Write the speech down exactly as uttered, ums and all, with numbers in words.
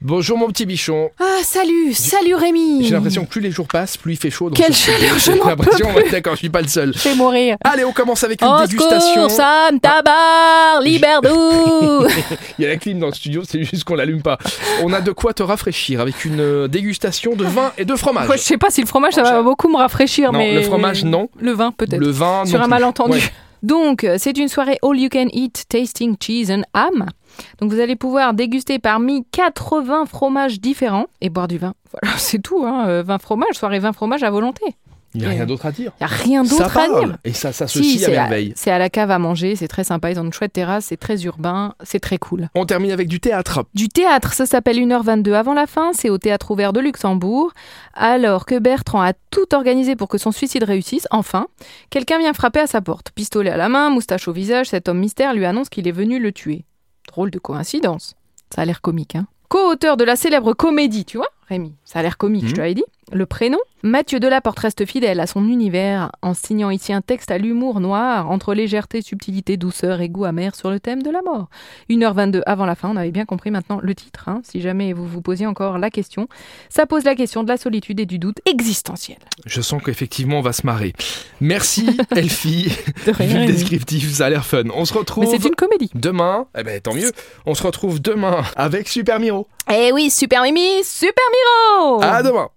Bonjour mon petit bichon. Ah, salut, salut Rémi. J'ai l'impression que plus les jours passent, plus il fait chaud. Quelle chaleur, je n'en peux plus. D'accord, je suis pas le seul. Je vais mourir. Allez, on commence avec une Au dégustation. secours, Sam Tabar, Liberdou. Il y a la clim dans le studio, c'est juste qu'on l'allume pas. On a de quoi te rafraîchir avec une dégustation de vin et de fromage. Ouais, je sais pas si le fromage, ça va beaucoup me rafraîchir, non, mais... le fromage, non. Le vin, peut-être. Le vin, non. Sur un plus. malentendu. Ouais. Donc, c'est une soirée All You Can Eat Tasting Cheese and Ham. Donc, vous allez pouvoir déguster parmi quatre-vingts fromages différents et boire du vin. Voilà, c'est tout, hein. vin fromage, soirée vin fromage à volonté. Il n'y a rien d'autre à dire. Il n'y a rien d'autre ça à parle. dire. Et ça s'associe si, à merveille. À, c'est à la cave à manger, c'est très sympa. Ils ont une chouette terrasse, c'est très urbain, c'est très cool. On termine avec du théâtre. Du théâtre, ça s'appelle une heure vingt-deux avant la fin. C'est au Théâtre Ouvert de Luxembourg. Alors que Bertrand a tout organisé pour que son suicide réussisse, enfin, quelqu'un vient frapper à sa porte. Pistolet à la main, moustache au visage, cet homme mystère lui annonce qu'il est venu le tuer. Drôle de coïncidence. Ça a l'air comique, hein. Co-auteur de la célèbre comédie, tu vois, Rémi, ça a l'air comique, mmh. je te l'avais dit. Le prénom, Mathieu Delaporte reste fidèle à son univers en signant ici un texte à l'humour noir entre légèreté, subtilité, douceur et goût amer sur le thème de la mort. une heure vingt-deux avant la fin, on avait bien compris maintenant le titre, hein, si jamais vous vous posiez encore la question. Ça pose la question de la solitude et du doute existentiel. Je sens qu'effectivement on va se marrer. Merci Elfie, de rien, vu le descriptif, ça a l'air fun. On se retrouve... Mais c'est une comédie. Demain, eh ben tant mieux, on se retrouve demain avec Super Miro. Eh oui, Super Mimi, Super Miro. À demain.